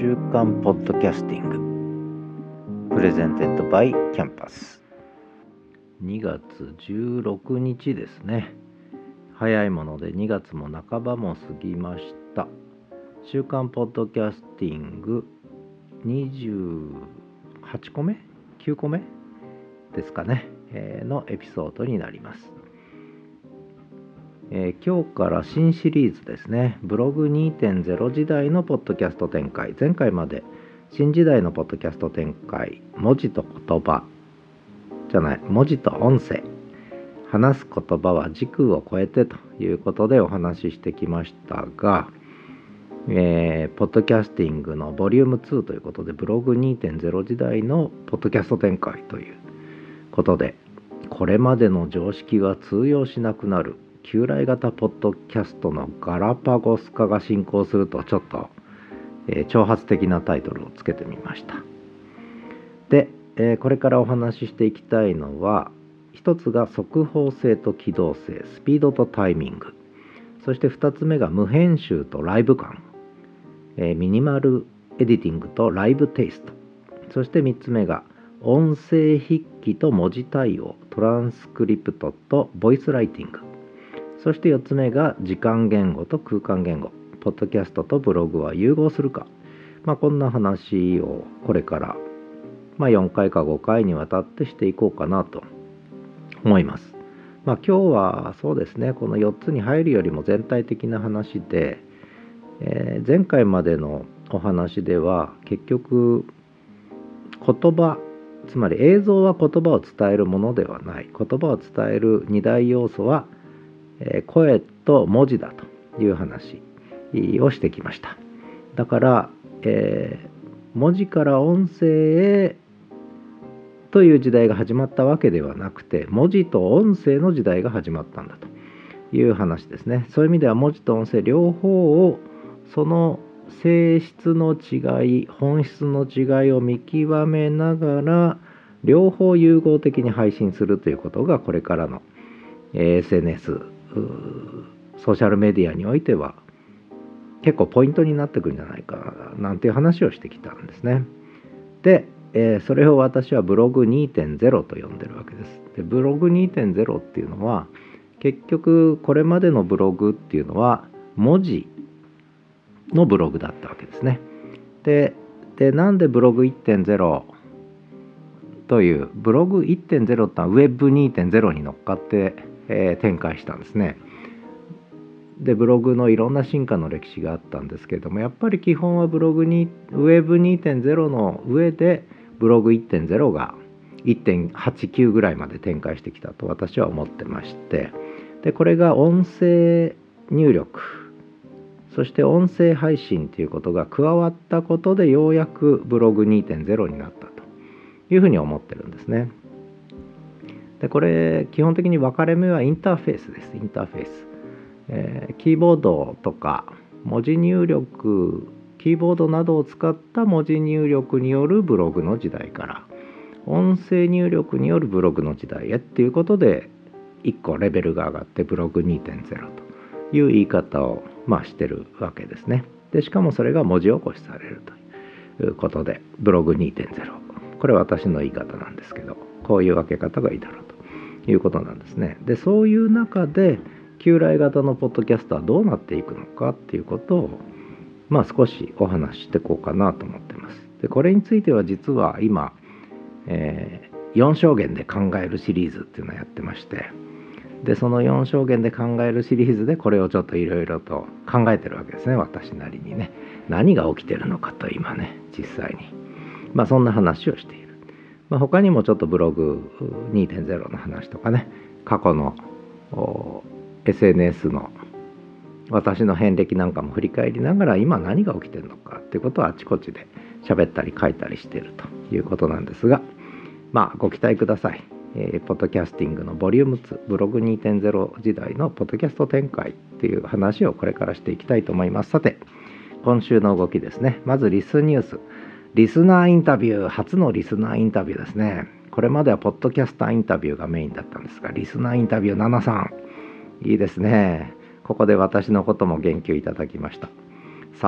週刊ポッドキャスティングプレゼンテッドバイキャンパス。2月16日ですね。早いもので2月も半ばも過ぎました。週刊ポッドキャスティング28個目9個目ですかね、のエピソードになります。今日から新シリーズですね。ブログ 2.0 時代のポッドキャスト展開。前回まで新時代のポッドキャスト展開、文字と言葉じゃない、文字と音声、話す言葉は時空を超えてということでお話ししてきましたが、ポッドキャスティングのボリューム2ということで、ブログ 2.0 時代のポッドキャスト展開ということで、これまでの常識が通用しなくなる旧来型ポッドキャストのガラパゴス化が進行すると、ちょっと、挑発的なタイトルをつけてみました。で、これからお話ししていきたいのは、一つが速報性と機動性、スピードとタイミング。そして2つ目が無編集とライブ感、ミニマルエディティングとライブテイスト。そして3つ目が音声筆記と文字対応、トランスクリプトとボイスライティング。そして4つ目が時間言語と空間言語、ポッドキャストとブログは融合するか。こんな話をこれから、4回か5回にわたってしていこうかなと思います。今日はそうですね、この4つに入るよりも全体的な話で、前回までのお話では結局言葉、つまり映像は言葉を伝えるものではない。言葉を伝える2大要素は声と文字だという話をしてきました。だから、文字から音声へという時代が始まったわけではなくて、文字と音声の時代が始まったんだという話ですね。そういう意味では文字と音声両方を、その性質の違い、本質の違いを見極めながら両方融合的に配信するということが、これからの SNS、ソーシャルメディアにおいては結構ポイントになってくるんじゃないかなんていう話をしてきたんですね。で、それを私はブログ 2.0 と呼んでるわけです。で、ブログ 2.0 っていうのは、結局これまでのブログっていうのは文字のブログだったわけですね。で、なんでブログ 1.0 という、ブログ 1.0 ってのはウェブ 2.0 に乗っかって展開したんですね。で、ブログのいろんな進化の歴史があったんですけれども、やっぱり基本はブログにウェブ 2.0 の上でブログ 1.0 が 1.89 ぐらいまで展開してきたと私は思ってまして、でこれが音声入力、そして音声配信ということが加わったことで、ようやくブログ 2.0 になったというふうに思ってるんですね。でこれ基本的に分かれ目はインターフェースです。インターフェース、キーボードとか文字入力、キーボードなどを使った文字入力によるブログの時代から音声入力によるブログの時代へっていうことで、1個レベルが上がってブログ 2.0 という言い方をしてるわけですね。でしかもそれが文字起こしされるということでブログ 2.0、 これは私の言い方なんですけど、こういう分け方がいいだろうということなんですね。でそういう中で旧来型のポッドキャストはどうなっていくのかっていうことを少しお話ししていこうかなと思ってます。でこれについては実は今、4証言で考えるシリーズっていうのをやってまして、でその4証言で考えるシリーズでこれをちょっといろいろと考えてるわけですね。私なりにね、何が起きてるのかと今ね、実際にそんな話をしている。他にもちょっとブログ 2.0 の話とかね、過去のSNS の私の遍歴なんかも振り返りながら、今何が起きてるのかっていうことをあちこちで喋ったり書いたりしているということなんですが、ご期待ください。ポッドキャスティングのボリューム2、ブログ 2.0 時代のポッドキャスト展開っていう話をこれからしていきたいと思います。さて、今週の動きですね。まずリスニュース、リスナーインタビュー、初のリスナーインタビューですね。これまではポッドキャスターインタビューがメインだったんですが、リスナーインタビュー7さん、いいですね。ここで私のことも言及いただきました。札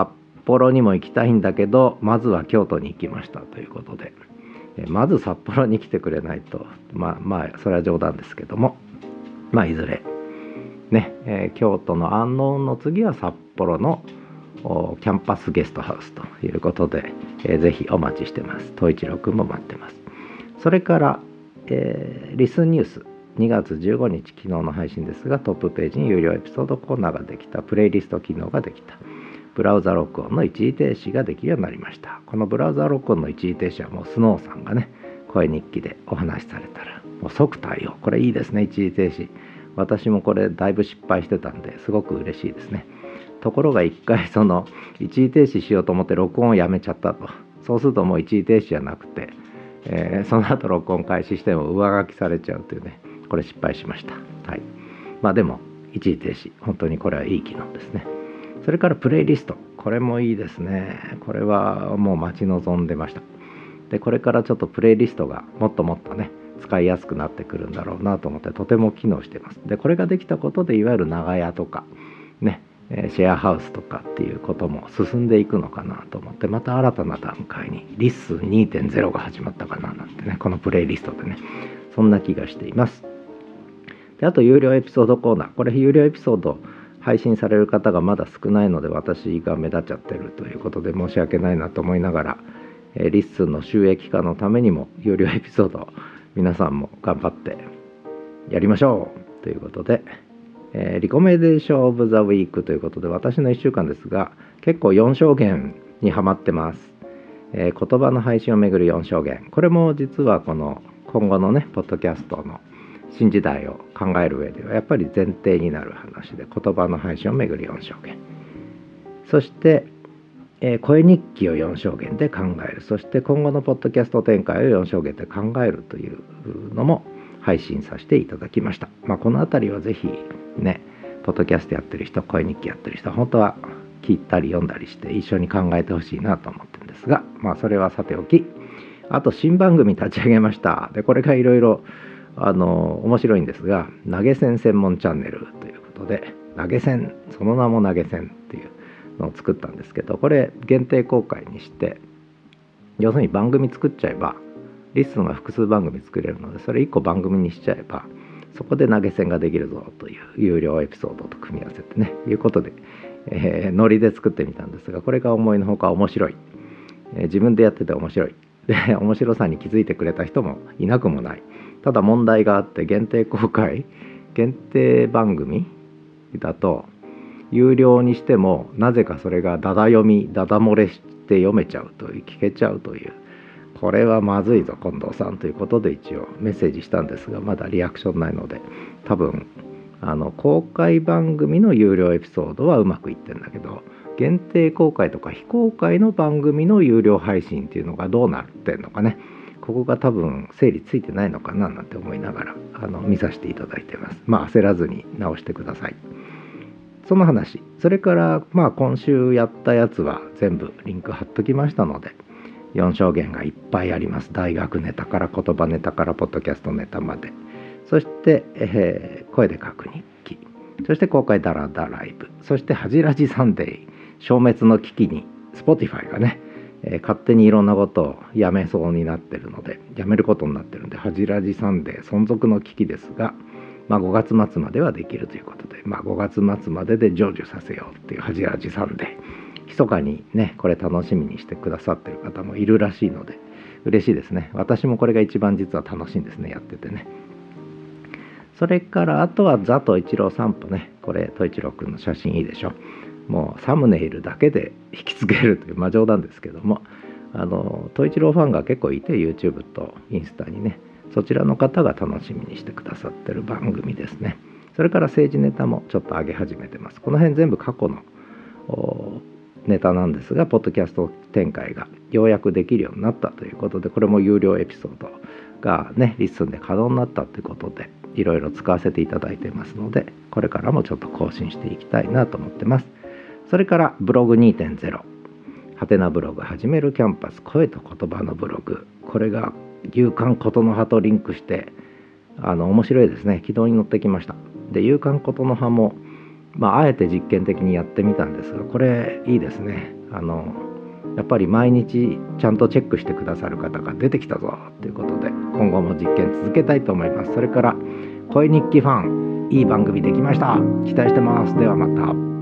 幌にも行きたいんだけどまずは京都に行きましたということで、まず札幌に来てくれないとまあそれは冗談ですけども、いずれね、京都の安納の次は札幌のキャンパスゲストハウスということで、ぜひお待ちしてます。東一郎くんも待ってます。それから、リスンニュース2月15日昨日の配信ですが、トップページに有料エピソードコーナーができた、プレイリスト機能ができた、ブラウザ録音の一時停止ができるようになりました。このブラウザ録音の一時停止はもうスノーさんがね声日記でお話しされたらもう即対応。これいいですね、一時停止。私もこれだいぶ失敗してたんですごく嬉しいですね。ところが一回その一時停止しようと思って録音をやめちゃったと。そうするともう一時停止じゃなくて、その後録音開始しても上書きされちゃうというね、これ失敗しました。はい。でも一時停止本当にこれはいい機能ですね。それからプレイリスト、これもいいですね。これはもう待ち望んでました。でこれからちょっとプレイリストがもっともっとね使いやすくなってくるんだろうなと思ってとても機能しています。でこれができたことでいわゆる長屋とかねシェアハウスとかっていうことも進んでいくのかなと思って、また新たな段階にリス 2.0 が始まったかななんてね、このプレイリストでね、そんな気がしています。であと有料エピソードコーナー、これ有料エピソード配信される方がまだ少ないので私が目立っちゃってるということで申し訳ないなと思いながら、リッスンの収益化のためにも有料エピソード皆さんも頑張ってやりましょうということで、リコメンデーションオブザウィークということで、私の1週間ですが結構4証言にハマってます。言葉の配信をめぐる4証言、これも実はこの今後のねポッドキャストの新時代を考える上ではやっぱり前提になる話で、言葉の配信をめぐる4証言、そして、声日記を4証言で考える、そして今後のポッドキャスト展開を4証言で考えるというのも配信させていただきました。このあたりはぜひね、ポッドキャストやってる人、声日記やってる人、本当は聞いたり読んだりして一緒に考えてほしいなと思ってるんですが、それはさておき、あと新番組立ち上げました。でこれがいろいろ面白いんですが、投げ銭専門チャンネルということで、投げ銭、その名も投げ銭っていうのを作ったんですけど、これ限定公開にして、要するに番組作っちゃえばリスンが複数番組作れるので、それ1個番組にしちゃえばそこで投げ銭ができるぞという有料エピソードと組み合わせてね、いうことで、ノリで作ってみたんですが、これが思いのほか面白い、自分でやってて面白いで、面白さに気づいてくれた人もいなくもない。ただ問題があって、限定公開限定番組だと有料にしてもなぜかそれがダダ読みダダ漏れして読めちゃうという、聞けちゃうという、これはまずいぞ近藤さんということで一応メッセージしたんですが、まだリアクションないので、多分公開番組の有料エピソードはうまくいってんだけど、限定公開とか非公開の番組の有料配信っていうのがどうなってんのかね、ここが多分整理ついてないのかななんて思いながら見させていただいてます。焦らずに直してください。その話、それから今週やったやつは全部リンク貼っときましたので、4証言がいっぱいあります。大学ネタから言葉ネタからポッドキャストネタまで、そして、声で書く日記、そして公開ダラダライブ、そしてハジラジサンデー消滅の危機に Spotify がね、勝手にいろんなことをやめそうになってるので、やめることになってるんで、ハジラジサンデー存続の危機ですが、5月末まではできるということで、5月末までで成就させようっていうハジラジサンデー、密かにねこれ楽しみにしてくださってる方もいるらしいので嬉しいですね。私もこれが一番実は楽しいんですね、やっててね。それからあとはザと一郎散歩ね、これと一郎くんの写真いいでしょ。もうサムネイルだけで引きつけるという冗談ですけども、と一郎ファンが結構いて YouTube とインスタにね、そちらの方が楽しみにしてくださってる番組ですね。それから政治ネタもちょっと上げ始めてます。この辺全部過去のネタなんですが、ポッドキャスト展開がようやくできるようになったということで、これも有料エピソードがねリッスンで可能になったということで、いろいろ使わせていただいていますので、これからもちょっと更新していきたいなと思ってます。それからブログ 2.0、 ハテナブログ始めるキャンパス声と言葉のブログ、これが夕刊ことの葉とリンクして面白いですね。軌道に乗ってきました。で夕刊ことの葉もあえて実験的にやってみたんですが、これいいですね。やっぱり毎日ちゃんとチェックしてくださる方が出てきたぞということで、今後も実験続けたいと思います。それから声日記ファン、いい番組できました。期待してます。ではまた。